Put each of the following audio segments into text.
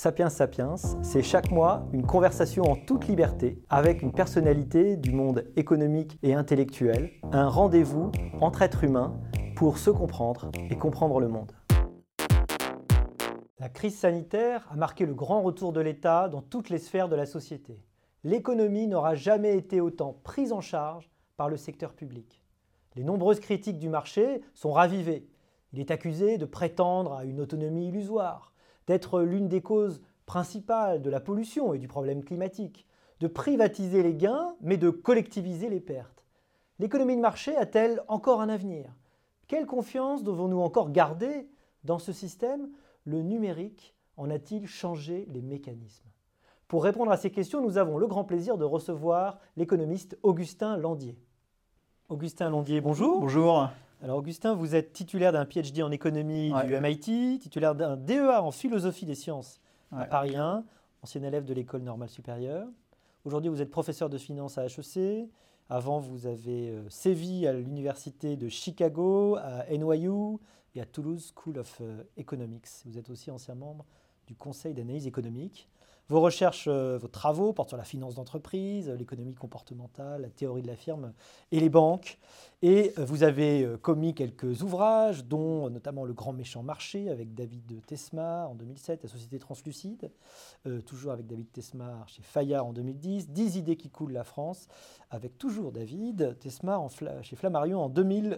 Sapiens Sapiens, c'est chaque mois une conversation en toute liberté avec une personnalité du monde économique et intellectuel, un rendez-vous entre êtres humains pour se comprendre et comprendre le monde. La crise sanitaire a marqué le grand retour de l'État dans toutes les sphères de la société. L'économie n'aura jamais été autant prise en charge par le secteur public. Les nombreuses critiques du marché sont ravivées. Il est accusé de prétendre à une autonomie illusoire, d'être l'une des causes principales de la pollution et du problème climatique, de privatiser les gains mais de collectiviser les pertes. L'économie de marché a-t-elle encore un avenir ? Quelle confiance devons-nous encore garder dans ce système ? Le numérique en a-t-il changé les mécanismes ? Pour répondre à ces questions, nous avons le grand plaisir de recevoir l'économiste Augustin Landier. Augustin Landier, bonjour. Bonjour. Alors Augustin, vous êtes titulaire d'un PhD en économie du MIT, titulaire d'un DEA en philosophie des sciences à Paris 1, ancien élève de l'école normale supérieure. Aujourd'hui, vous êtes professeur de finance à HEC. Avant, vous avez sévi à l'université de Chicago, à NYU et à Toulouse School of Economics. Vous êtes aussi ancien membre du Conseil d'analyse économique. Vos recherches, vos travaux portent sur la finance d'entreprise, l'économie comportementale, la théorie de la firme et les banques. Et vous avez commis quelques ouvrages, dont notamment Le Grand Méchant Marché avec David Tesmar en 2007, La Société Translucide, toujours avec David Tesmar chez Fayard en 2010, 10 idées qui coulent la France, avec toujours David Tesmar chez Flammarion en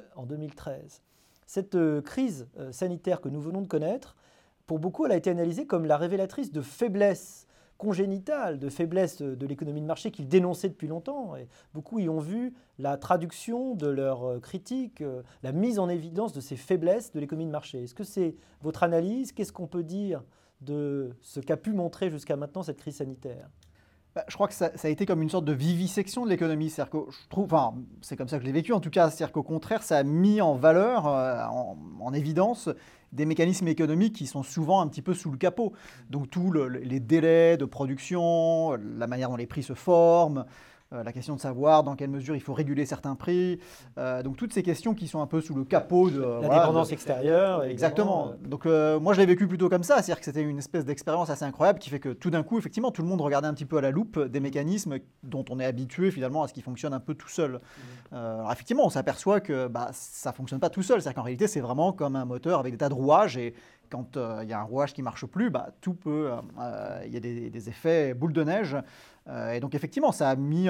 2013. Cette crise sanitaire que nous venons de connaître, pour beaucoup, elle a été analysée comme la révélatrice de faiblesses congénitale, de faiblesse de l'économie de marché qu'ils dénonçaient depuis longtemps. Et beaucoup y ont vu la traduction de leurs critiques, la mise en évidence de ces faiblesses de l'économie de marché. Est-ce que c'est votre analyse ? Qu'est-ce qu'on peut dire de ce qu'a pu montrer jusqu'à maintenant cette crise sanitaire ? Je crois que ça a été comme une sorte de vivisection de l'économie. C'est-à-dire que je trouve, c'est comme ça que je l'ai vécu en tout cas, c'est-à-dire qu'au contraire, ça a mis en valeur, en évidence, des mécanismes économiques qui sont souvent un petit peu sous le capot. Donc tous les délais de production, la manière dont les prix se forment, la question de savoir dans quelle mesure il faut réguler certains prix. Donc toutes ces questions qui sont un peu sous le capot de... La dépendance extérieure. Exactement. Donc moi je l'ai vécu plutôt comme ça, c'est-à-dire que c'était une espèce d'expérience assez incroyable qui fait que tout d'un coup, effectivement, tout le monde regardait un petit peu à la loupe des mécanismes dont on est habitué finalement à ce qu'ils fonctionnent un peu tout seul. Alors effectivement, on s'aperçoit que ça ne fonctionne pas tout seul, c'est-à-dire qu'en réalité c'est vraiment comme un moteur avec des tas de rouages et quand il y a un rouage qui ne marche plus, tout peut, il y a des effets boule de neige. Et donc effectivement, ça a mis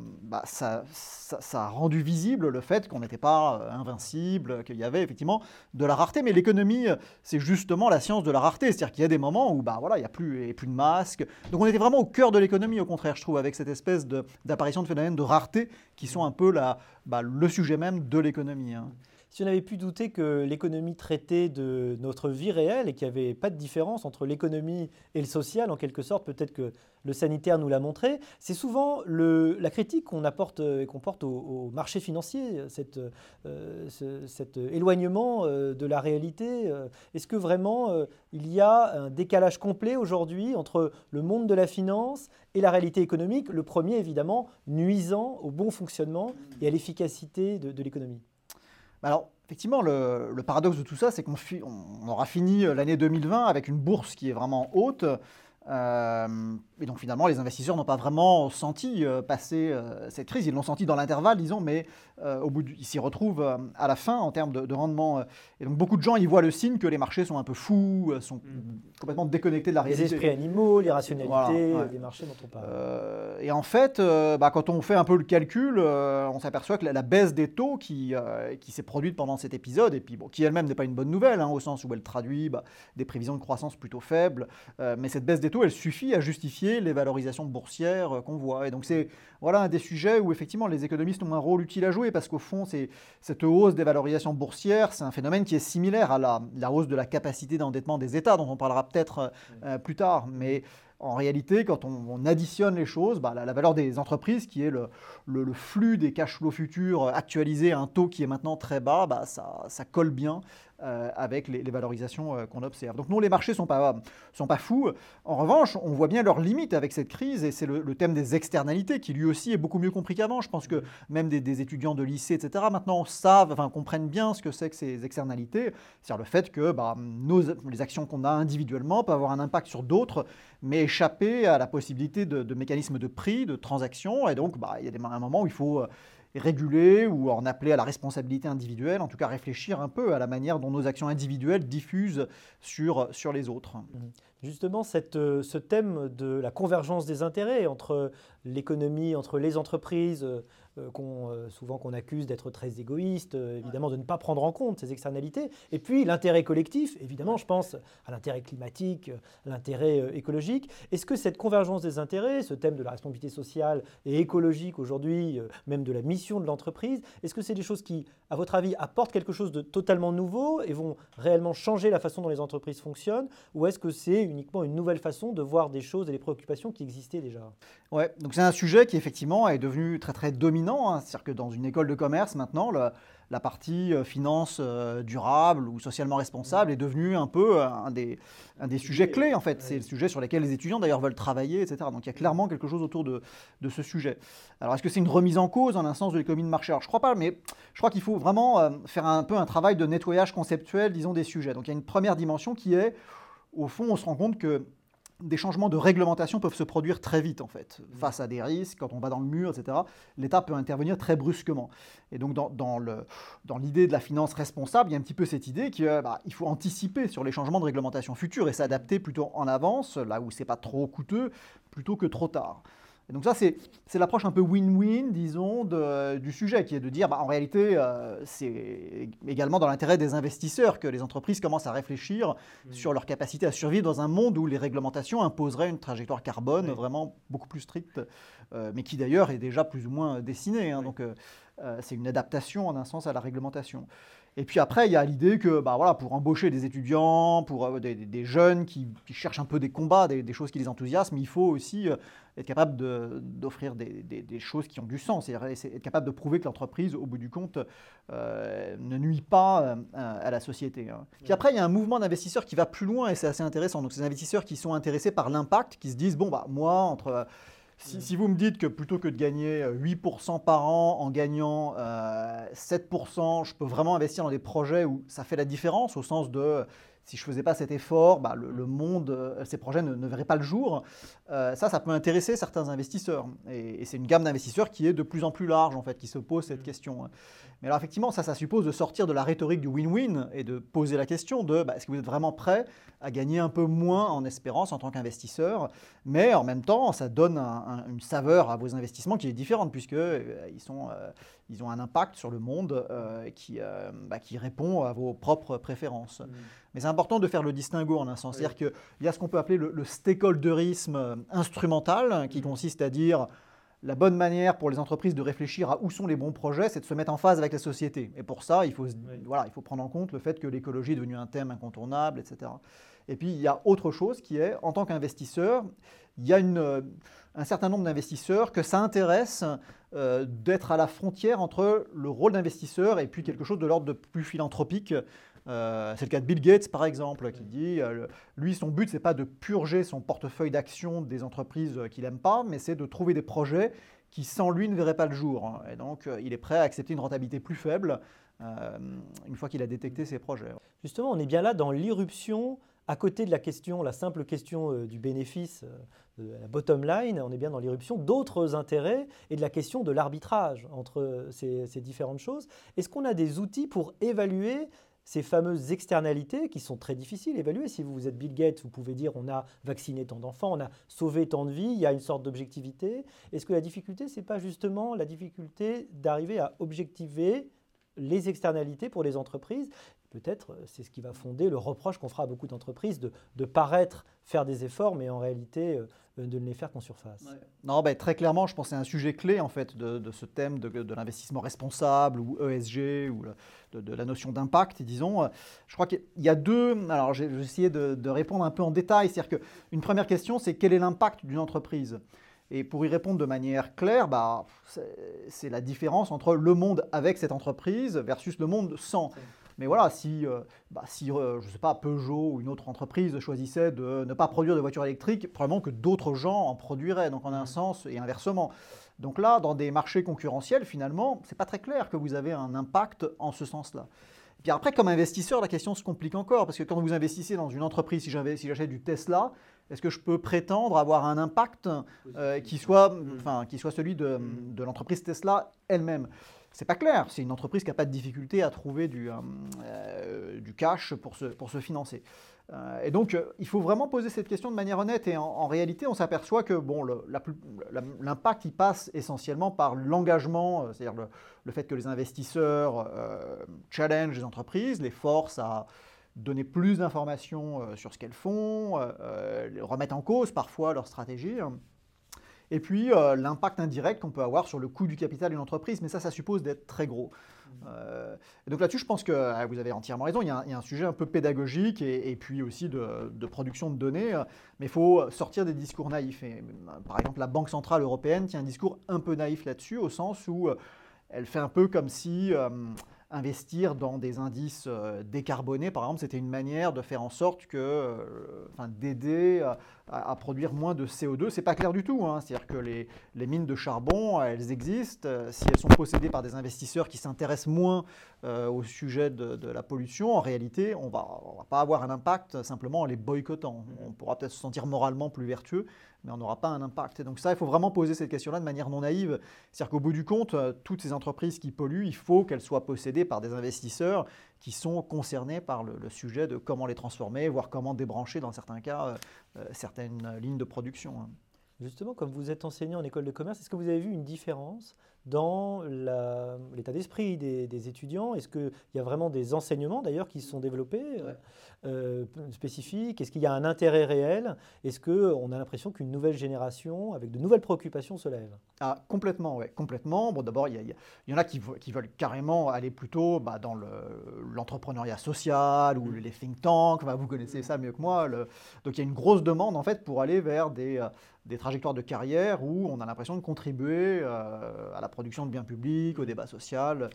ça a rendu visible le fait qu'on n'était pas invincible, qu'il y avait effectivement de la rareté. Mais l'économie, c'est justement la science de la rareté. C'est-à-dire qu'il y a des moments où il n'y a plus de masques. Donc on était vraiment au cœur de l'économie, au contraire, je trouve, avec cette espèce d'apparition de phénomènes de rareté qui sont un peu le sujet même de l'économie. Si on avait pu douter que l'économie traitait de notre vie réelle et qu'il n'y avait pas de différence entre l'économie et le social, en quelque sorte, peut-être que le sanitaire nous l'a montré, c'est souvent la critique qu'on apporte et qu'on porte au marché financier, cet éloignement de la réalité. Est-ce que vraiment il y a un décalage complet aujourd'hui entre le monde de la finance et la réalité économique, le premier évidemment nuisant au bon fonctionnement et à l'efficacité de l'économie ? Alors, effectivement, le paradoxe de tout ça, c'est qu'on aura fini l'année 2020 avec une bourse qui est vraiment haute. Et donc finalement, les investisseurs n'ont pas vraiment senti passer cette crise. Ils l'ont senti dans l'intervalle, disons, mais au bout ils s'y retrouvent à la fin en termes de rendement. Et donc beaucoup de gens y voient le signe que les marchés sont un peu fous, sont complètement déconnectés de la réalité. Les esprits animaux, l'irrationalité des marchés dont on parle. Et en fait, quand on fait un peu le calcul, on s'aperçoit que la baisse des taux qui s'est produite pendant cet épisode, et puis qui elle-même n'est pas une bonne nouvelle, au sens où elle traduit des prévisions de croissance plutôt faibles, mais cette baisse des taux, elle suffit à justifier les valorisations boursières qu'on voit. Et donc c'est un des sujets où effectivement les économistes ont un rôle utile à jouer parce qu'au fond, cette hausse des valorisations boursières, c'est un phénomène qui est similaire à la hausse de la capacité d'endettement des États, dont on parlera peut-être plus tard. Mais en réalité, quand on additionne les choses, la valeur des entreprises, qui est le flux des cash flows futurs actualisés à un taux qui est maintenant très bas, ça colle bien avec les valorisations qu'on observe. Donc non, les marchés sont pas fous. En revanche, on voit bien leurs limites avec cette crise, et c'est le thème des externalités qui lui aussi est beaucoup mieux compris qu'avant. Je pense que même des étudiants de lycée, etc., maintenant comprennent bien ce que c'est que ces externalités. C'est-à-dire le fait que les actions qu'on a individuellement peuvent avoir un impact sur d'autres, mais échapper à la possibilité de mécanismes de prix, de transactions. Et donc, il y a un moment où il faut réguler ou en appeler à la responsabilité individuelle, en tout cas réfléchir un peu à la manière dont nos actions individuelles diffusent sur les autres. Justement, ce thème de la convergence des intérêts entre l'économie, entre les entreprises, souvent qu'on accuse d'être très égoïstes, évidemment de ne pas prendre en compte ces externalités, et puis l'intérêt collectif, évidemment je pense à l'intérêt climatique, l'intérêt écologique. Est-ce que cette convergence des intérêts, ce thème de la responsabilité sociale et écologique aujourd'hui, même de la mission de l'entreprise, est-ce que c'est des choses qui, à votre avis, apportent quelque chose de totalement nouveau et vont réellement changer la façon dont les entreprises fonctionnent, ou est-ce que c'est uniquement une nouvelle façon de voir des choses et des préoccupations qui existaient déjà? Ouais, donc c'est un sujet qui effectivement est devenu très très dominant, hein. C'est-à-dire que dans une école de commerce maintenant, la partie finance durable ou socialement responsable est devenue un peu un des sujets clés en fait. C'est le sujet sur lequel les étudiants d'ailleurs veulent travailler, etc. Donc il y a clairement quelque chose autour de ce sujet. Alors est-ce que c'est une remise en cause en un sens de l'économie de marché? Alors je ne crois pas, mais je crois qu'il faut vraiment faire un peu un travail de nettoyage conceptuel, disons, des sujets. Donc il y a une première dimension qui est, au fond, on se rend compte que des changements de réglementation peuvent se produire très vite, en fait. Face à des risques, quand on va dans le mur, etc., l'État peut intervenir très brusquement. Et donc, dans l'idée de la finance responsable, il y a un petit peu cette idée qu'il faut anticiper sur les changements de réglementation futurs et s'adapter plutôt en avance, là où c'est pas trop coûteux, plutôt que trop tard. Et donc ça, c'est l'approche un peu win-win, disons, du sujet, qui est de dire, en réalité, c'est également dans l'intérêt des investisseurs que les entreprises commencent à réfléchir sur leur capacité à survivre dans un monde où les réglementations imposeraient une trajectoire carbone vraiment beaucoup plus stricte, mais qui d'ailleurs est déjà plus ou moins dessinée. Hein, donc c'est une adaptation en un sens à la réglementation. Et puis après, il y a l'idée que pour embaucher des étudiants, pour des jeunes qui cherchent un peu des combats, des choses qui les enthousiasment, il faut aussi être capable d'offrir des choses qui ont du sens, et être capable de prouver que l'entreprise, au bout du compte, ne nuit pas à la société. Hein. Puis après, il y a un mouvement d'investisseurs qui va plus loin, et c'est assez intéressant. Donc ces investisseurs qui sont intéressés par l'impact, qui se disent, moi, si vous me dites que plutôt que de gagner 8% par an en gagnant 7%, je peux vraiment investir dans des projets où ça fait la différence, au sens de si je ne faisais pas cet effort, le monde, ces projets ne verraient pas le jour, ça peut intéresser certains investisseurs. Et c'est une gamme d'investisseurs qui est de plus en plus large, en fait, qui se pose cette question. Mais alors effectivement, ça suppose de sortir de la rhétorique du win-win et de poser la question de est-ce que vous êtes vraiment prêt à gagner un peu moins en espérance en tant qu'investisseur, mais en même temps, ça donne une saveur à vos investissements qui est différente, puisqu'ils ont un impact sur le monde qui répond à vos propres préférences. Mais c'est important de faire le distinguo en un sens. C'est-à-dire qu'il y a ce qu'on peut appeler le stakeholderisme instrumental, qui consiste à dire la bonne manière pour les entreprises de réfléchir à où sont les bons projets, c'est de se mettre en phase avec la société. Et pour ça, il faut prendre en compte le fait que l'écologie est devenue un thème incontournable, etc. Et puis, il y a autre chose qui est, en tant qu'investisseur, il y a un certain nombre d'investisseurs que ça intéresse d'être à la frontière entre le rôle d'investisseur et puis quelque chose de l'ordre de plus philanthropique. C'est le cas de Bill Gates, par exemple, qui dit, lui, son but, ce n'est pas de purger son portefeuille d'actions des entreprises qu'il n'aime pas, mais c'est de trouver des projets qui, sans lui, ne verraient pas le jour. Et donc, il est prêt à accepter une rentabilité plus faible une fois qu'il a détecté ses projets. Justement, on est bien là dans l'irruption, à côté de la simple question du bénéfice, de la bottom line, on est bien dans l'irruption d'autres intérêts et de la question de l'arbitrage entre ces différentes choses. Est-ce qu'on a des outils pour évaluer ces fameuses externalités qui sont très difficiles à évaluer? Si vous êtes Bill Gates, vous pouvez dire on a vacciné tant d'enfants, on a sauvé tant de vies, il y a une sorte d'objectivité. Est-ce que la difficulté, ce n'est pas justement la difficulté d'arriver à objectiver les externalités pour les entreprises? peut-être c'est ce qui va fonder le reproche qu'on fera à beaucoup d'entreprises de paraître faire des efforts, mais en réalité de ne les faire qu'en surface. Ouais. Non, très clairement, je pense que c'est un sujet clé en fait de ce thème de l'investissement responsable ou ESG ou de la notion d'impact, disons. Je crois qu'il y a deux. Alors, j'ai essayé de répondre un peu en détail. C'est-à-dire qu'une première question, c'est quel est l'impact d'une entreprise? Et pour y répondre de manière claire, c'est la différence entre le monde avec cette entreprise versus le monde sans. Mais voilà, si je ne sais pas, Peugeot ou une autre entreprise choisissait de ne pas produire de voitures électriques, probablement que d'autres gens en produiraient, donc en un sens et inversement. Donc là, dans des marchés concurrentiels, finalement, ce n'est pas très clair que vous avez un impact en ce sens-là. Et puis après, comme investisseur, la question se complique encore, parce que quand vous investissez dans une entreprise, si j'achète du Tesla, est-ce que je peux prétendre avoir un impact qui soit celui de l'entreprise Tesla elle-même? C'est pas clair, c'est une entreprise qui n'a pas de difficulté à trouver du cash pour se financer. Et donc, il faut vraiment poser cette question de manière honnête. Et en réalité, on s'aperçoit que l'impact, il passe essentiellement par l'engagement, c'est-à-dire le fait que les investisseurs challenge les entreprises, les forcent à donner plus d'informations sur ce qu'elles font, remettre en cause parfois leur stratégie. Et puis l'impact indirect qu'on peut avoir sur le coût du capital d'une entreprise, mais ça suppose d'être très gros. Et donc là-dessus, je pense que vous avez entièrement raison, il y a un sujet un peu pédagogique et puis aussi de production de données, mais il faut sortir des discours naïfs. Et, par exemple, la Banque Centrale Européenne tient un discours un peu naïf là-dessus, au sens où elle fait un peu comme si investir dans des indices décarbonés, par exemple, c'était une manière de faire en sorte d'aider à produire moins de CO2. C'est pas clair du tout, hein. C'est-à-dire que les mines de charbon, elles existent. Si elles sont possédées par des investisseurs qui s'intéressent moins au sujet de la pollution, en réalité, on va pas avoir un impact simplement en les boycottant. On pourra peut-être se sentir moralement plus vertueux, mais on n'aura pas un impact. Et donc ça, il faut vraiment poser cette question-là de manière non naïve. C'est-à-dire qu'au bout du compte, toutes ces entreprises qui polluent, il faut qu'elles soient possédées par des investisseurs qui sont concernés par le sujet de comment les transformer, voire comment débrancher, dans certains cas, certaines lignes de production. Justement, comme vous êtes enseignant en école de commerce, est-ce que vous avez vu une différence dans l'état d'esprit des étudiants? Est-ce qu'il y a vraiment des enseignements d'ailleurs qui se sont développés spécifiques? Est-ce qu'il y a un intérêt réel? Est-ce qu'on a l'impression qu'une nouvelle génération avec de nouvelles préoccupations se lève? Ah, complètement, oui, complètement. Bon, d'abord, il y en a qui veulent carrément aller plutôt dans l'entrepreneuriat social ou les think tanks. Vous connaissez ça mieux que moi. Donc, il y a une grosse demande en fait pour aller vers des trajectoires de carrière où on a l'impression de contribuer à la production de biens publics, au débat social,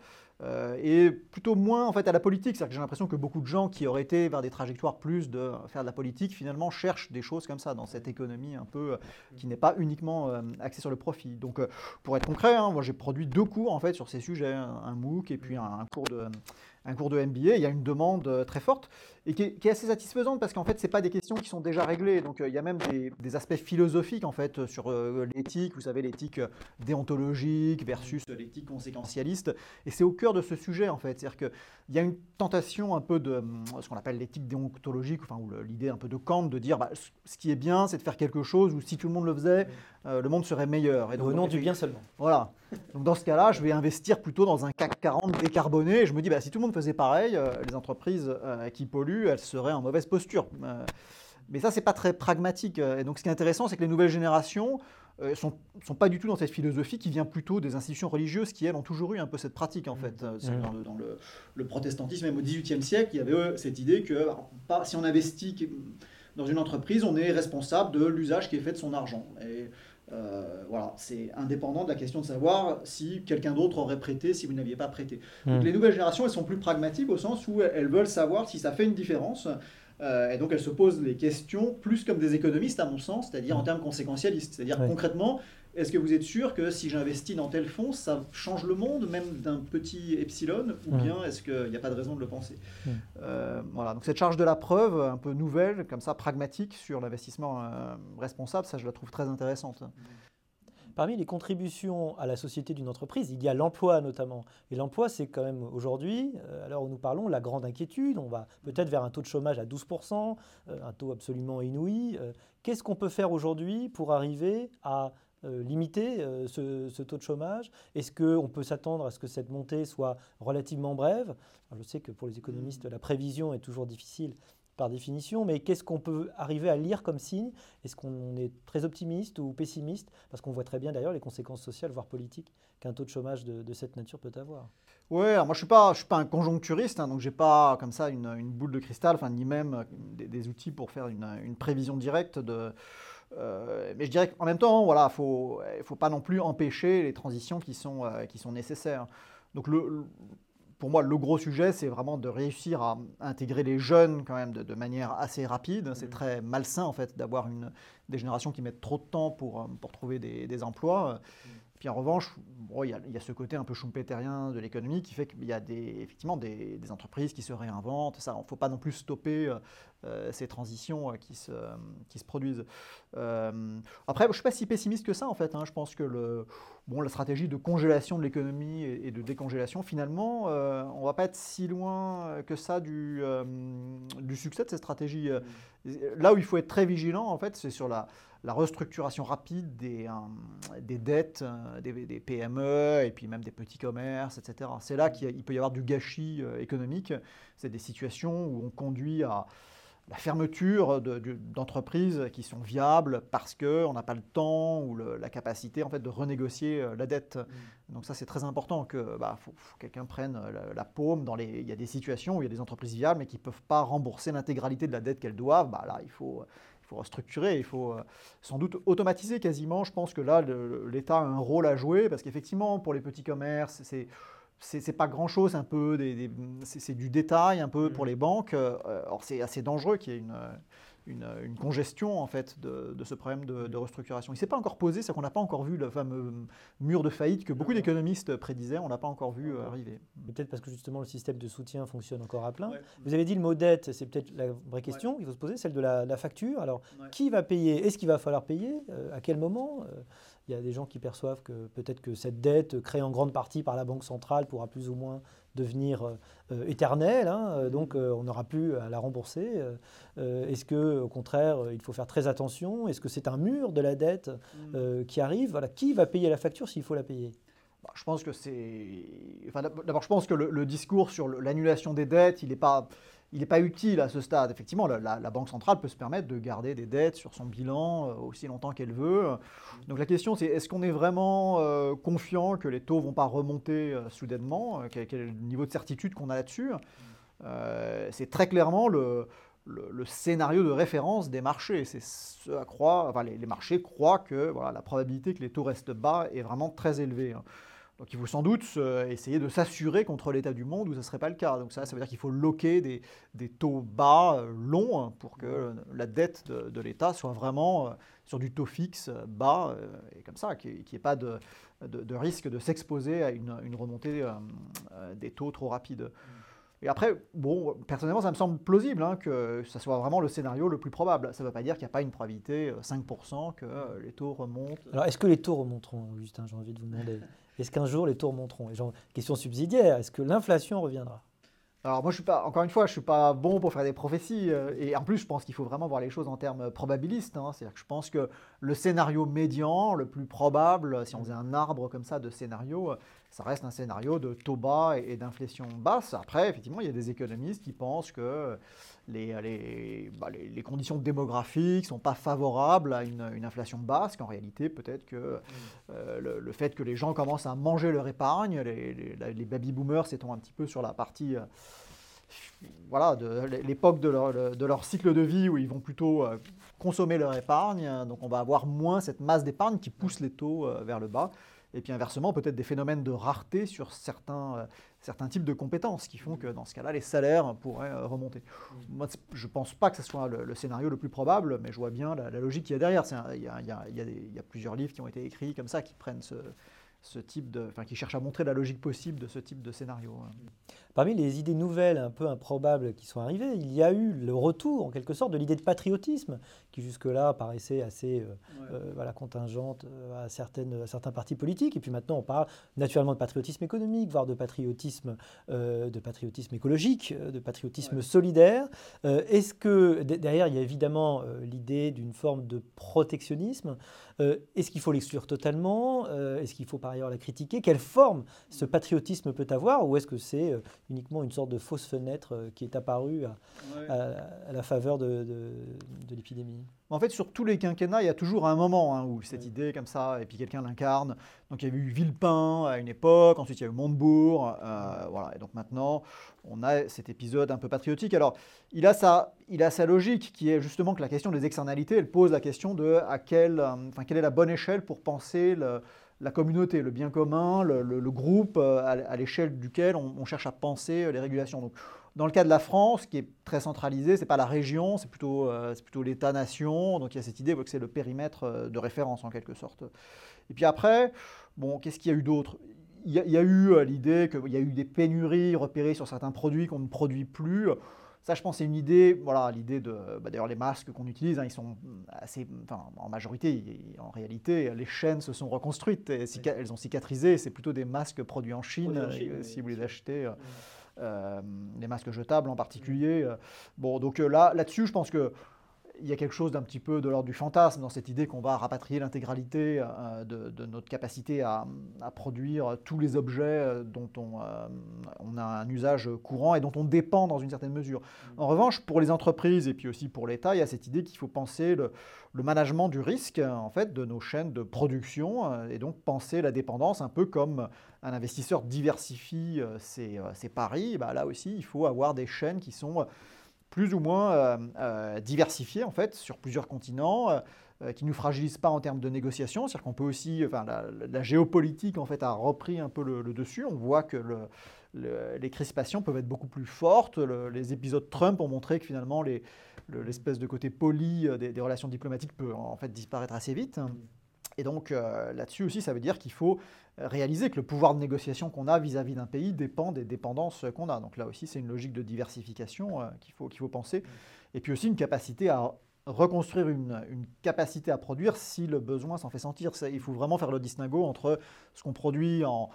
et plutôt moins en fait à la politique. C'est-à-dire que j'ai l'impression que beaucoup de gens qui auraient été vers des trajectoires plus de faire de la politique, finalement cherchent des choses comme ça dans cette économie un peu qui n'est pas uniquement axée sur le profit. Donc pour être concret, moi j'ai produit 2 cours en fait sur ces sujets, un MOOC et puis un cours de MBA. Il y a une demande très forte et qui est assez satisfaisante parce qu'en fait, ce n'est pas des questions qui sont déjà réglées. Donc, il y a même des aspects philosophiques en fait, sur l'éthique, vous savez, l'éthique déontologique versus l'éthique conséquentialiste. Et c'est au cœur de ce sujet, en fait. C'est-à-dire qu'il y a une tentation un peu de ce qu'on appelle l'éthique déontologique, ou l'idée un peu de Kant de dire ce qui est bien, c'est de faire quelque chose où si tout le monde le faisait, le monde serait meilleur. Et donc, au nom du bien seulement. Voilà. Donc, dans ce cas-là, je vais investir plutôt dans un CAC 40 décarboné. Et je me dis, si tout le monde faisait pareil, les entreprises qui polluent, elles seraient en mauvaise posture. Mais ça, c'est pas très pragmatique. Et donc, ce qui est intéressant, c'est que les nouvelles générations sont pas du tout dans cette philosophie qui vient plutôt des institutions religieuses qui, elles, ont toujours eu un peu cette pratique, en fait. Dans le protestantisme, même au XVIIIe siècle, il y avait cette idée que si on investit dans une entreprise, on est responsable de l'usage qui est fait de son argent. Et voilà, c'est indépendant de la question de savoir si quelqu'un d'autre aurait prêté, si vous n'aviez pas prêté. Donc les nouvelles générations, elles sont plus pragmatiques au sens où elles veulent savoir si ça fait une différence. Et donc elles se posent les questions plus comme des économistes à mon sens, c'est-à-dire en termes conséquentialistes. C'est-à-dire concrètement, est-ce que vous êtes sûr que si j'investis dans tel fonds, ça change le monde, même d'un petit epsilon, ou bien est-ce qu'il n'y a pas de raison de le penser? Voilà, donc cette charge de la preuve, un peu nouvelle, comme ça, pragmatique sur l'investissement responsable, ça je la trouve très intéressante. Parmi les contributions à la société d'une entreprise, il y a l'emploi notamment. Et l'emploi, c'est quand même aujourd'hui, à l'heure où nous parlons, la grande inquiétude. On va peut-être vers un taux de chômage à 12%, un taux absolument inouï. Qu'est-ce qu'on peut faire aujourd'hui pour arriver à limiter ce taux de chômage? Est-ce qu'on peut s'attendre à ce que cette montée soit relativement brève? Alors, je sais que pour les économistes, la prévision est toujours difficile par définition, mais qu'est-ce qu'on peut arriver à lire comme signe? Est-ce qu'on est très optimiste ou pessimiste? Parce qu'on voit très bien d'ailleurs les conséquences sociales, voire politiques, qu'un taux de chômage de cette nature peut avoir. Ouais, alors moi je suis pas un conjoncturiste, hein, donc j'ai pas comme ça une boule de cristal, enfin ni même des outils pour faire une prévision directe mais je dirais qu'en même temps, voilà, il faut pas non plus empêcher les transitions qui sont nécessaires. Donc pour moi, le gros sujet, c'est vraiment de réussir à intégrer les jeunes quand même de manière assez rapide. C'est très malsain en fait d'avoir des générations qui mettent trop de temps pour trouver des emplois. Puis en revanche, bon, il y a ce côté un peu schumpeterien de l'économie qui fait qu'il y a effectivement des entreprises qui se réinventent. Il ne faut pas non plus stopper ces transitions qui se produisent. Après, je ne suis pas si pessimiste que ça en fait. Hein. Je pense que la stratégie de congélation de l'économie et de décongélation, finalement, on ne va pas être si loin que ça du succès de cette stratégie. Là où il faut être très vigilant, en fait, c'est sur la restructuration rapide des dettes, des PME et puis même des petits commerces, etc. C'est là qu'il peut y avoir du gâchis économique. C'est des situations où on conduit à la fermeture d'entreprises qui sont viables parce qu'on n'a pas le temps ou la capacité en fait, de renégocier la dette. Donc ça, c'est très important que faut quelqu'un prenne la paume. Il y a des situations où il y a des entreprises viables mais qui ne peuvent pas rembourser l'intégralité de la dette qu'elles doivent. Là, il faut restructurer, il faut sans doute automatiser quasiment. Je pense que là, l'État a un rôle à jouer parce qu'effectivement, pour les petits commerces, c'est pas grand-chose, c'est du détail un peu pour les banques. Or, c'est assez dangereux qu'il y ait une congestion en fait de ce problème de restructuration. Il ne s'est pas encore posé, c'est qu'on n'a pas encore vu le fameux mur de faillite que beaucoup d'économistes prédisaient, on n'a pas encore vu arriver. Peut-être parce que justement le système de soutien fonctionne encore à plein. Ouais. Vous avez dit le mot dette, c'est peut-être la vraie question qu'il faut se poser, celle de la facture. Alors, qui va payer? Est-ce qu'il va falloir payer? À quel moment? Il y a des gens qui perçoivent que peut-être que cette dette, créée en grande partie par la Banque centrale, pourra plus ou moins devenir éternelle, hein, donc on n'aura plus à la rembourser. Est-ce qu'au contraire, il faut faire très attention? Est-ce que c'est un mur de la dette qui arrive? Voilà, qui va payer la facture s'il faut la payer? Je pense que d'abord, je pense que le discours sur l'annulation des dettes, il n'est pas utile à ce stade. Effectivement, la Banque centrale peut se permettre de garder des dettes sur son bilan aussi longtemps qu'elle veut. Donc la question, c'est est-ce qu'on est vraiment confiant que les taux ne vont pas remonter soudainement? Quel est le niveau de certitude qu'on a là-dessus? C'est très clairement le scénario de référence des marchés. C'est ce à croire, les marchés croient que la probabilité que les taux restent bas est vraiment très élevée. Hein. Donc il faut sans doute essayer de s'assurer contre l'état du monde où ça ne serait pas le cas. Donc ça veut dire qu'il faut loquer des taux bas longs hein, pour que la dette de l'État soit vraiment sur du taux fixe bas et comme ça, qu'il n'y ait pas de risque de s'exposer à une remontée des taux trop rapide. Et après, personnellement, ça me semble plausible hein, que ça soit vraiment le scénario le plus probable. Ça ne veut pas dire qu'il n'y a pas une probabilité 5% que les taux remontent. Alors, est-ce que les taux remonteront, Augustin? J'ai envie de vous demander. Est-ce qu'un jour, les taux remonteront? Question subsidiaire, est-ce que l'inflation reviendra? Alors moi, encore une fois, je ne suis pas bon pour faire des prophéties. Et en plus, je pense qu'il faut vraiment voir les choses en termes probabilistes. Hein. C'est-à-dire que je pense que le scénario médian, le plus probable, si on faisait un arbre comme ça de scénarios, ça reste un scénario de taux bas et d'inflation basse. Après, effectivement, il y a des économistes qui pensent que les conditions démographiques ne sont pas favorables à une inflation basse, qu'en réalité, peut-être que le fait que les gens commencent à manger leur épargne, les baby-boomers s'étant un petit peu sur la partie de l'époque de leur cycle de vie où ils vont plutôt consommer leur épargne, donc on va avoir moins cette masse d'épargne qui pousse les taux vers le bas. Et puis inversement, peut-être des phénomènes de rareté sur certains types de compétences qui font que dans ce cas-là, les salaires pourraient remonter. Moi, je ne pense pas que ce soit le scénario le plus probable, mais je vois bien la logique qu'il y a derrière. Il y a plusieurs livres qui ont été écrits comme ça, qui prennent ce type qui cherchent à montrer la logique possible de ce type de scénario. Parmi les idées nouvelles un peu improbables qui sont arrivées, il y a eu le retour en quelque sorte de l'idée de patriotisme qui jusque-là paraissait assez contingente à certains partis politiques. Et puis maintenant on parle naturellement de patriotisme économique, voire de patriotisme écologique, de patriotisme solidaire. Est-ce que derrière il y a évidemment l'idée d'une forme de protectionnisme? Est-ce qu'il faut l'exclure totalement? Est-ce qu'il faut par ailleurs la critiquer? Quelle forme ce patriotisme peut avoir? Ou est-ce que c'est uniquement une sorte de fausse fenêtre qui est apparue à la faveur de l'épidémie? En fait, sur tous les quinquennats, il y a toujours un moment où cette idée comme ça, et puis quelqu'un l'incarne. Donc il y a eu Villepin à une époque, ensuite il y a eu Montebourg, voilà. Et donc maintenant, on a cet épisode un peu patriotique. Alors, il a sa logique, qui est justement que la question des externalités, elle pose la question de quelle est la bonne échelle pour penser la communauté, le bien commun, le groupe à l'échelle duquel on cherche à penser les régulations. Donc, dans le cas de la France, qui est très centralisée, ce n'est pas la région, c'est plutôt l'État-nation. Donc il y a cette idée que c'est le périmètre de référence en quelque sorte. Et puis après, qu'est-ce qu'il y a eu d'autre? Il y a eu l'idée qu'il y a eu des pénuries repérées sur certains produits qu'on ne produit plus. Ça, je pense, c'est une idée, l'idée de... d'ailleurs, les masques qu'on utilise, ils sont assez... en majorité, en réalité, les chaînes se sont reconstruites, elles ont cicatrisé. C'est plutôt des masques produits en Chine, si vous les achetez. Les masques jetables en particulier. Donc là-dessus, je pense qu'il y a quelque chose d'un petit peu de l'ordre du fantasme dans cette idée qu'on va rapatrier l'intégralité de notre capacité à produire tous les objets dont on a un usage courant et dont on dépend dans une certaine mesure. En revanche, pour les entreprises et puis aussi pour l'État, il y a cette idée qu'il faut penser le management du risque en fait, de nos chaînes de production et donc penser la dépendance un peu comme un investisseur diversifie ses paris. Là aussi, il faut avoir des chaînes qui sont plus ou moins diversifiées en fait, sur plusieurs continents, qui ne nous fragilisent pas en termes de négociation. C'est-à-dire qu'on peut aussi, la géopolitique en fait, a repris un peu le dessus. On voit que les crispations peuvent être beaucoup plus fortes. Les épisodes Trump ont montré que finalement l'espèce de côté poli des relations diplomatiques peut en fait disparaître assez vite. Et donc là-dessus aussi, ça veut dire qu'il faut réaliser que le pouvoir de négociation qu'on a vis-à-vis d'un pays dépend des dépendances qu'on a. Donc là aussi, c'est une logique de diversification qu'il faut penser. Et puis aussi une capacité à reconstruire une capacité à produire si le besoin s'en fait sentir. Il faut vraiment faire le distinguo entre ce qu'on produit en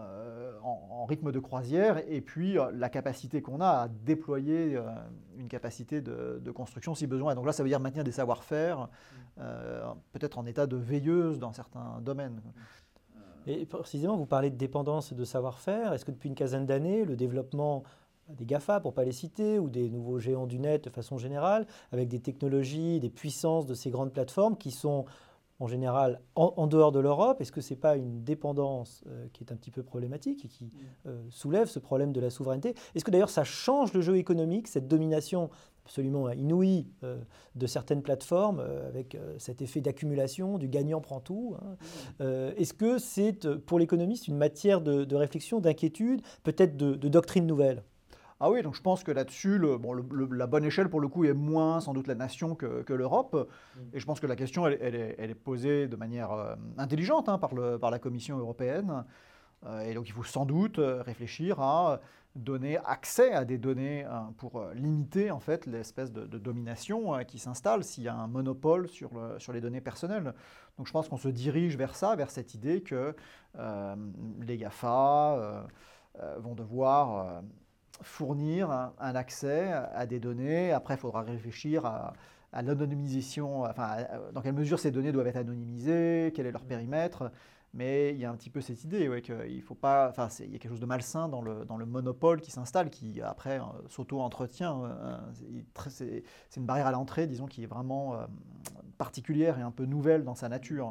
rythme de croisière et puis la capacité qu'on a à déployer une capacité de construction si besoin. Et donc là, ça veut dire maintenir des savoir-faire, peut-être en état de veilleuse dans certains domaines. Et précisément, vous parlez de dépendance et de savoir-faire. Est-ce que depuis une quinzaine d'années, le développement des GAFA, pour ne pas les citer, ou des nouveaux géants du net de façon générale, avec des technologies, des puissances de ces grandes plateformes qui sont en général en dehors de l'Europe, est-ce que ce n'est pas une dépendance qui est un petit peu problématique et qui soulève ce problème de la souveraineté? Est-ce que d'ailleurs ça change le jeu économique, cette domination absolument inouïe de certaines plateformes avec cet effet d'accumulation, du gagnant prend tout, Est-ce que c'est pour l'économiste une matière de réflexion, d'inquiétude, peut-être de doctrine nouvelle? Ah oui, donc je pense que là-dessus, la bonne échelle pour le coup est moins sans doute la nation que l'Europe. Et je pense que la question, elle est posée de manière intelligente par la Commission européenne. Et donc il faut sans doute réfléchir à donner accès à des données pour limiter en fait l'espèce de domination qui s'installe s'il y a un monopole sur les données personnelles. Donc je pense qu'on se dirige vers ça, vers cette idée que les GAFA vont devoir fournir un accès à des données. Après, il faudra réfléchir à l'anonymisation, dans quelle mesure ces données doivent être anonymisées, quel est leur périmètre. Mais il y a un petit peu cette idée qu'il faut pas, il y a quelque chose de malsain dans le monopole qui s'installe, qui après s'auto-entretient. C'est une barrière à l'entrée, disons, qui est vraiment particulière et un peu nouvelle dans sa nature.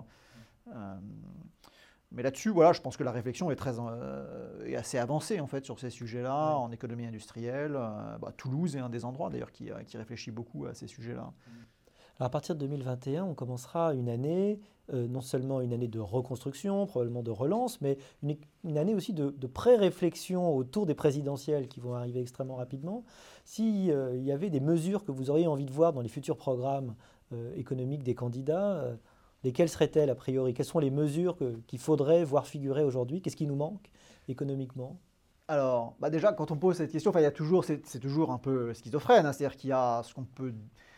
Mais là-dessus, je pense que la réflexion est assez avancée en fait sur ces sujets-là, en économie industrielle. Toulouse est un des endroits d'ailleurs qui réfléchit beaucoup à ces sujets-là. Alors à partir de 2021, on commencera une année, non seulement une année de reconstruction, probablement de relance, mais une année aussi de pré-réflexion autour des présidentielles qui vont arriver extrêmement rapidement. S'il y avait des mesures que vous auriez envie de voir dans les futurs programmes économiques des candidats, lesquelles seraient-elles a priori? Quelles sont les mesures qu'il faudrait voir figurer aujourd'hui? Qu'est-ce qui nous manque économiquement? Alors, déjà, quand on pose cette question, il y a toujours, c'est toujours un peu schizophrène, hein, c'est-à-dire qu'il y a ce qu'on peut...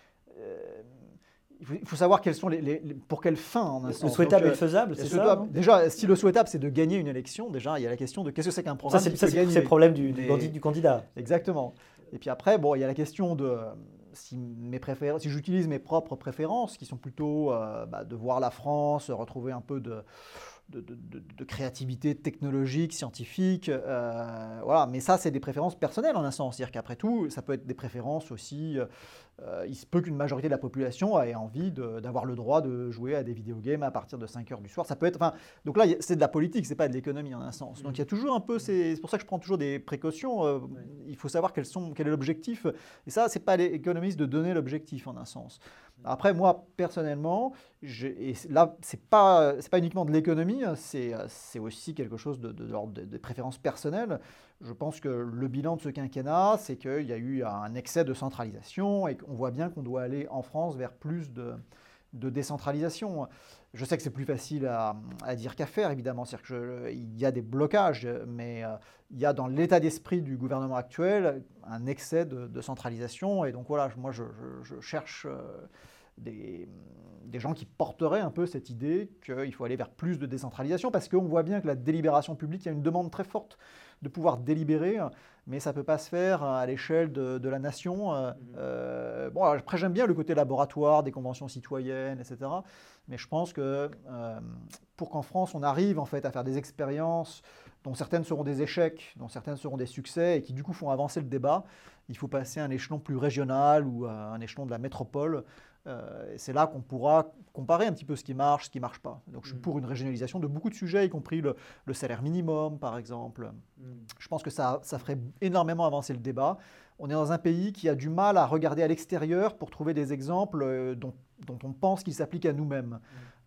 il faut savoir quels sont pour quelle fin, en un sens. Le souhaitable et le faisable, c'est ça? Déjà, si le souhaitable, c'est de gagner une élection, déjà, il y a la question de qu'est-ce que c'est qu'un programme qui peut gagner. C'est le problème du candidat. Exactement. Et puis après, il y a la question de si j'utilise mes propres préférences, qui sont plutôt de voir la France retrouver un peu de créativité technologique, scientifique, voilà. Mais ça, c'est des préférences personnelles en un sens. C'est-à-dire qu'après tout, ça peut être des préférences aussi. Il se peut qu'une majorité de la population ait envie d'avoir le droit de jouer à des vidéogames à partir de 5 heures du soir. Ça peut être, donc là, c'est de la politique, c'est pas de l'économie en un sens. Donc il y a toujours un peu, c'est pour ça que je prends toujours des précautions. Il faut savoir quel est l'objectif. Et ça, c'est pas l'économiste de donner l'objectif en un sens. Après, moi, personnellement, et là, c'est pas uniquement de l'économie, c'est aussi quelque chose de l'ordre des préférences personnelles. Je pense que le bilan de ce quinquennat, c'est qu'il y a eu un excès de centralisation et qu'on voit bien qu'on doit aller en France vers plus de décentralisation. Je sais que c'est plus facile à dire qu'à faire, évidemment. C'est-à-dire qu'il y a des blocages, mais il y a dans l'état d'esprit du gouvernement actuel un excès de centralisation. Et donc voilà, moi je cherche des gens qui porteraient un peu cette idée qu'il faut aller vers plus de décentralisation, parce qu'on voit bien que la délibération publique, il y a une demande très forte de pouvoir délibérer, mais ça ne peut pas se faire à l'échelle de la nation. Après, j'aime bien le côté laboratoire des conventions citoyennes, etc. Mais je pense que pour qu'en France, on arrive en fait à faire des expériences dont certaines seront des échecs, dont certaines seront des succès, et qui du coup font avancer le débat, il faut passer à un échelon plus régional ou à un échelon de la métropole. C'est là qu'on pourra comparer un petit peu ce qui marche, ce qui ne marche pas. Donc je suis pour une régionalisation de beaucoup de sujets, y compris le salaire minimum, par exemple. Je pense que ça ferait énormément avancer le débat. On est dans un pays qui a du mal à regarder à l'extérieur pour trouver des exemples dont on pense qu'ils s'appliquent à nous-mêmes.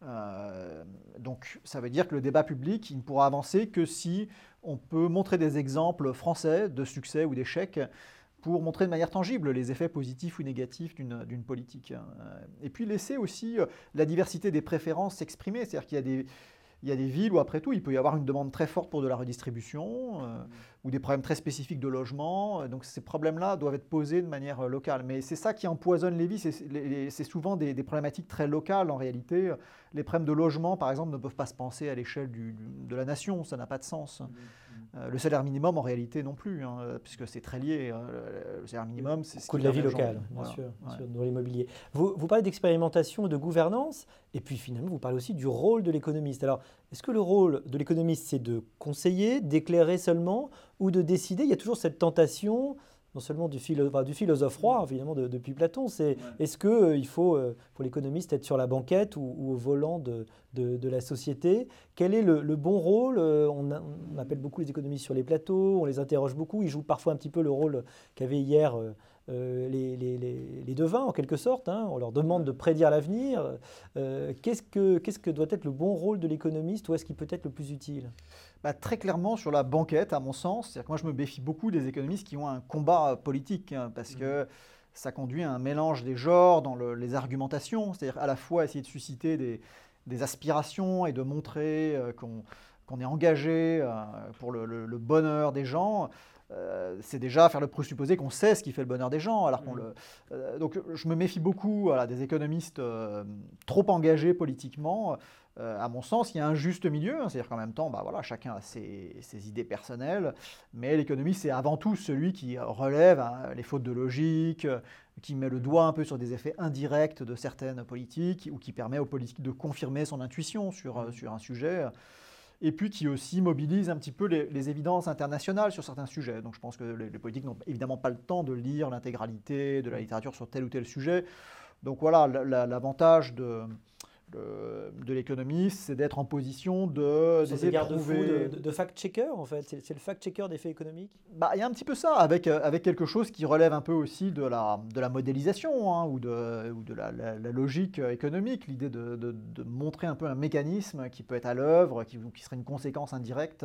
Donc ça veut dire que le débat public, il ne pourra avancer que si on peut montrer des exemples français de succès ou d'échecs pour montrer de manière tangible les effets positifs ou négatifs d'une politique. Et puis laisser aussi la diversité des préférences s'exprimer. C'est-à-dire qu'il y a des villes où, après tout, il peut y avoir une demande très forte pour de la redistribution ou des problèmes très spécifiques de logement. Donc ces problèmes-là doivent être posés de manière locale. Mais c'est ça qui empoisonne les vies. C'est souvent des problématiques très locales en réalité. Les problèmes de logement, par exemple, ne peuvent pas se penser à l'échelle de la nation. Ça n'a pas de sens. Le salaire minimum, en réalité, non plus, puisque c'est très lié. Le salaire minimum, c'est ce coût de la vie locale, bien sûr, dans l'immobilier. Vous parlez d'expérimentation et de gouvernance, et puis finalement, vous parlez aussi du rôle de l'économiste. Alors, est-ce que le rôle de l'économiste, c'est de conseiller, d'éclairer seulement, ou de décider? Il y a toujours cette tentation, non seulement du philosophe roi, évidemment, depuis Platon. Est-ce qu'il faut, pour l'économiste, être sur la banquette ou au volant de la société? Quel est le bon rôle? On appelle beaucoup les économistes sur les plateaux, on les interroge beaucoup. Ils jouent parfois un petit peu le rôle qu'avaient hier les devins, en quelque sorte. On leur demande de prédire l'avenir. Qu'est-ce que doit être le bon rôle de l'économiste, ou est-ce qu'il peut être le plus utile? Très clairement sur la banquette, à mon sens. C'est-à-dire que moi, je me méfie beaucoup des économistes qui ont un combat politique, parce que ça conduit à un mélange des genres dans les argumentations. C'est-à-dire à la fois essayer de susciter des aspirations et de montrer qu'on est engagé pour le bonheur des gens. C'est déjà faire le présupposé qu'on sait ce qui fait le bonheur des gens. Donc je me méfie beaucoup des économistes trop engagés politiquement. À mon sens, il y a un juste milieu, c'est-à-dire qu'en même temps, chacun a ses idées personnelles, mais l'économiste, c'est avant tout celui qui relève les fautes de logique, qui met le doigt un peu sur des effets indirects de certaines politiques, ou qui permet aux politiques de confirmer son intuition sur un sujet, et puis qui aussi mobilise un petit peu les évidences internationales sur certains sujets. Donc je pense que les politiques n'ont évidemment pas le temps de lire l'intégralité de la littérature sur tel ou tel sujet. Donc voilà, l'avantage de l'économiste, c'est d'être en position d'essayer de trouver... de fact-checker, en fait. C'est le fact-checker des faits économiques. Il y a un petit peu ça, avec quelque chose qui relève un peu aussi de la modélisation, ou de la logique économique, l'idée de montrer un peu un mécanisme qui peut être à l'œuvre, qui serait une conséquence indirecte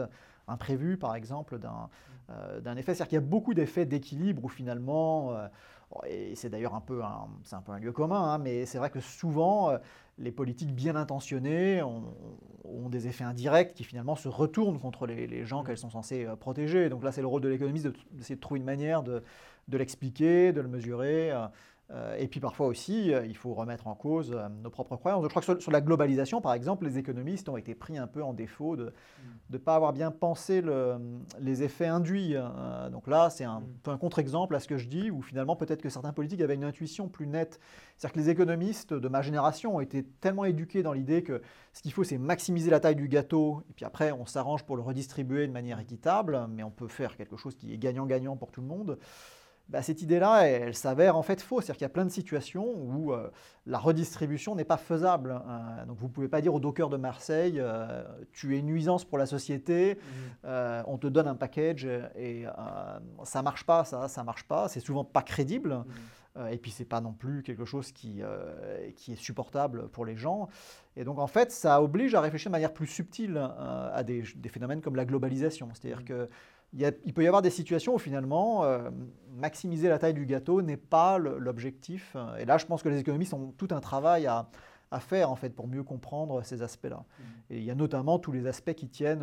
imprévu, par exemple, d'un effet. C'est-à-dire qu'il y a beaucoup d'effets d'équilibre où finalement, et c'est d'ailleurs un peu un lieu commun, hein, mais c'est vrai que souvent, les politiques bien intentionnées ont des effets indirects qui finalement se retournent contre les gens qu'elles sont censées protéger. Donc là, c'est le rôle de l'économiste d'essayer de trouver une manière de l'expliquer, de le mesurer. Et puis parfois aussi, il faut remettre en cause nos propres croyances. Je crois que sur la globalisation, par exemple, les économistes ont été pris un peu en défaut de ne pas avoir bien pensé les effets induits. Donc là, c'est un peu un contre-exemple à ce que je dis, où finalement peut-être que certains politiques avaient une intuition plus nette. C'est-à-dire que les économistes de ma génération ont été tellement éduqués dans l'idée que ce qu'il faut, c'est maximiser la taille du gâteau, et puis après, on s'arrange pour le redistribuer de manière équitable, mais on peut faire quelque chose qui est gagnant-gagnant pour tout le monde. Cette idée-là, elle s'avère en fait fausse. C'est-à-dire qu'il y a plein de situations où la redistribution n'est pas faisable. Donc vous ne pouvez pas dire au docker de Marseille, tu es une nuisance pour la société, on te donne un package et ça ne marche pas, ça marche pas. C'est souvent pas crédible. Et puis, ce n'est pas non plus quelque chose qui est supportable pour les gens. Et donc, en fait, ça oblige à réfléchir de manière plus subtile à des phénomènes comme la globalisation. C'est-à-dire qu'il peut y avoir des situations où, finalement, maximiser la taille du gâteau n'est pas l'objectif. Et là, je pense que les économistes ont tout un travail à faire, en fait, pour mieux comprendre ces aspects-là. Et il y a notamment tous les aspects qui tiennent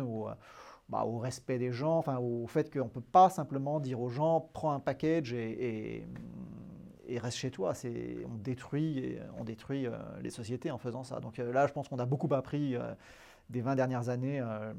au respect des gens, enfin, au fait qu'on ne peut pas simplement dire aux gens « prends un package et reste chez toi ». On détruit les sociétés en faisant ça. Donc là, je pense qu'on a beaucoup appris des 20 dernières années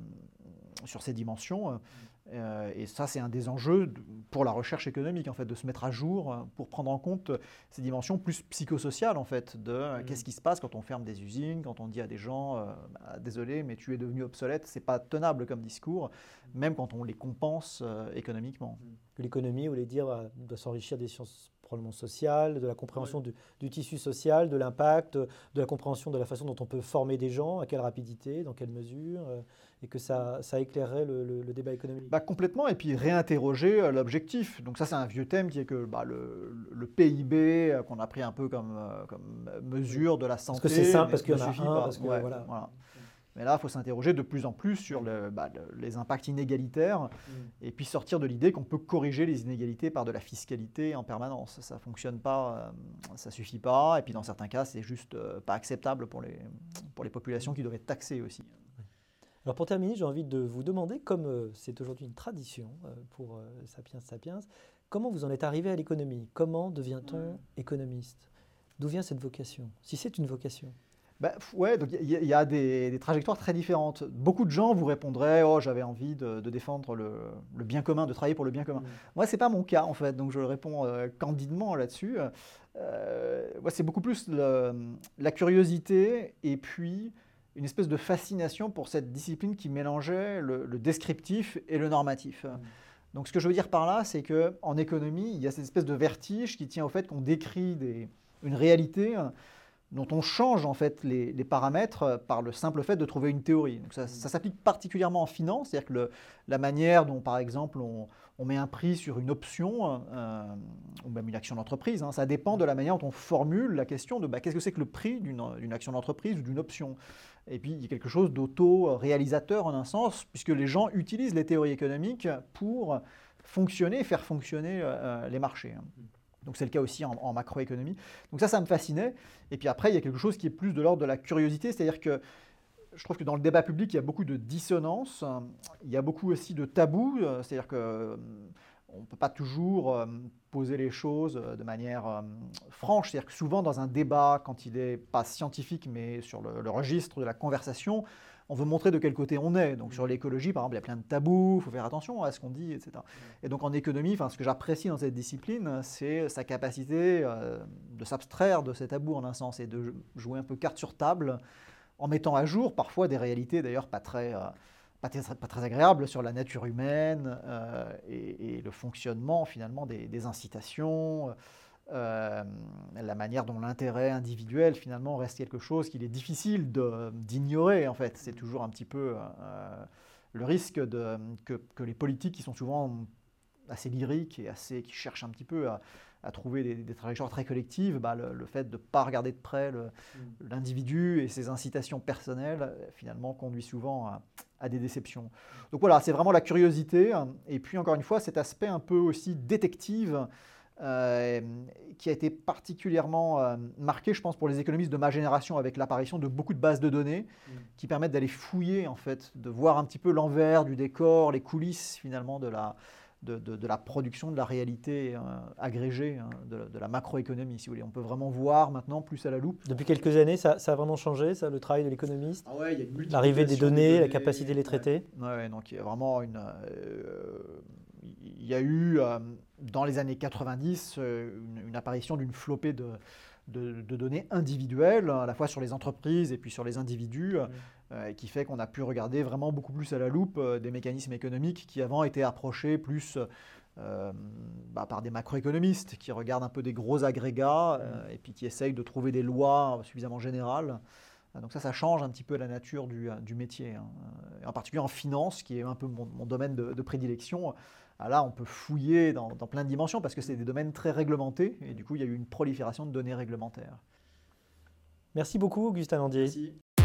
sur ces dimensions. Et ça, c'est un des enjeux pour la recherche économique, en fait, de se mettre à jour pour prendre en compte ces dimensions plus psychosociales, en fait, de qu'est-ce qui se passe quand on ferme des usines, quand on dit à des gens désolé, mais tu es devenu obsolète, c'est pas tenable comme discours, même quand on les compense économiquement. L'économie, vous voulez dire, doit s'enrichir des sciences probablement sociales, de la compréhension du tissu social, de l'impact, de la compréhension de la façon dont on peut former des gens, à quelle rapidité, dans quelle mesure, et que ça éclairerait le débat économique. Complètement, et puis réinterroger l'objectif. Donc ça, c'est un vieux thème qui est que le PIB, qu'on a pris un peu comme mesure de la santé. Parce que c'est simple, parce qu'il y en a suffit un, pas. parce que voilà. Mais là, il faut s'interroger de plus en plus sur les impacts inégalitaires et puis sortir de l'idée qu'on peut corriger les inégalités par de la fiscalité en permanence. Ça ne fonctionne pas, ça ne suffit pas. Et puis dans certains cas, c'est juste pas acceptable pour les populations qui doivent être taxées aussi. Alors pour terminer, j'ai envie de vous demander, comme c'est aujourd'hui une tradition pour Sapiens Sapiens, comment vous en êtes arrivé à l'économie? Comment devient-on économiste? D'où vient cette vocation, si c'est une vocation? Donc il y a des trajectoires très différentes. Beaucoup de gens vous répondraient « Oh, j'avais envie de défendre le bien commun, de travailler pour le bien commun ». Moi, ce n'est pas mon cas, en fait, donc je réponds candidement là-dessus. Moi, c'est beaucoup plus la curiosité et puis une espèce de fascination pour cette discipline qui mélangeait le descriptif et le normatif. Donc ce que je veux dire par là, c'est qu'en économie, il y a cette espèce de vertige qui tient au fait qu'on décrit une réalité dont on change en fait les paramètres par le simple fait de trouver une théorie. Donc ça s'applique particulièrement en finance, c'est-à-dire que la manière dont par exemple on met un prix sur une option ou même une action d'entreprise, ça dépend de la manière dont on formule la question de qu'est-ce que c'est que le prix d'une action d'entreprise ou d'une option. Et puis il y a quelque chose d'auto-réalisateur en un sens, puisque les gens utilisent les théories économiques pour faire fonctionner les marchés. Donc c'est le cas aussi en macroéconomie. Donc ça me fascinait. Et puis après, il y a quelque chose qui est plus de l'ordre de la curiosité, c'est-à-dire que je trouve que dans le débat public, il y a beaucoup de dissonances, il y a beaucoup aussi de tabous, c'est-à-dire qu'on ne peut pas toujours poser les choses de manière franche. C'est-à-dire que souvent dans un débat, quand il n'est pas scientifique, mais sur le registre de la conversation, on veut montrer de quel côté on est. Donc sur l'écologie, par exemple, il y a plein de tabous, il faut faire attention à ce qu'on dit, etc. Et donc en économie, ce que j'apprécie dans cette discipline, c'est sa capacité de s'abstraire de ces tabous en un sens et de jouer un peu carte sur table en mettant à jour parfois des réalités d'ailleurs pas très agréables sur la nature humaine et le fonctionnement finalement des incitations. La manière dont l'intérêt individuel finalement reste quelque chose qu'il est difficile d'ignorer en fait. C'est toujours un petit peu le risque que les politiques qui sont souvent assez lyriques et qui cherchent un petit peu à trouver des trajectoires très collectives, le fait de ne pas regarder de près l'individu et ses incitations personnelles finalement conduit souvent à des déceptions. Donc voilà, c'est vraiment la curiosité. Et puis encore une fois, cet aspect un peu aussi détective qui a été particulièrement marqué, je pense, pour les économistes de ma génération avec l'apparition de beaucoup de bases de données qui permettent d'aller fouiller, en fait, de voir un petit peu l'envers du décor, les coulisses finalement de la production, de la réalité agrégée, de la macroéconomie, si vous voulez. On peut vraiment voir maintenant plus à la loupe. Depuis quelques années, ça a vraiment changé, ça, le travail de l'économiste? Ah ouais, il y a une multiplication l'arrivée des données, la données, capacité de les traiter? Ouais, donc il y a vraiment il y a eu dans les années 90 une apparition d'une flopée de données individuelles, à la fois sur les entreprises et puis sur les individus, qui fait qu'on a pu regarder vraiment beaucoup plus à la loupe des mécanismes économiques qui avant étaient approchés plus par des macroéconomistes qui regardent un peu des gros agrégats et puis qui essayent de trouver des lois suffisamment générales. Donc ça change un petit peu la nature du métier, et en particulier en finance, qui est un peu mon domaine de prédilection. Là, on peut fouiller dans plein de dimensions parce que c'est des domaines très réglementés et du coup, il y a eu une prolifération de données réglementaires. Merci beaucoup, Augustin Landier. Merci.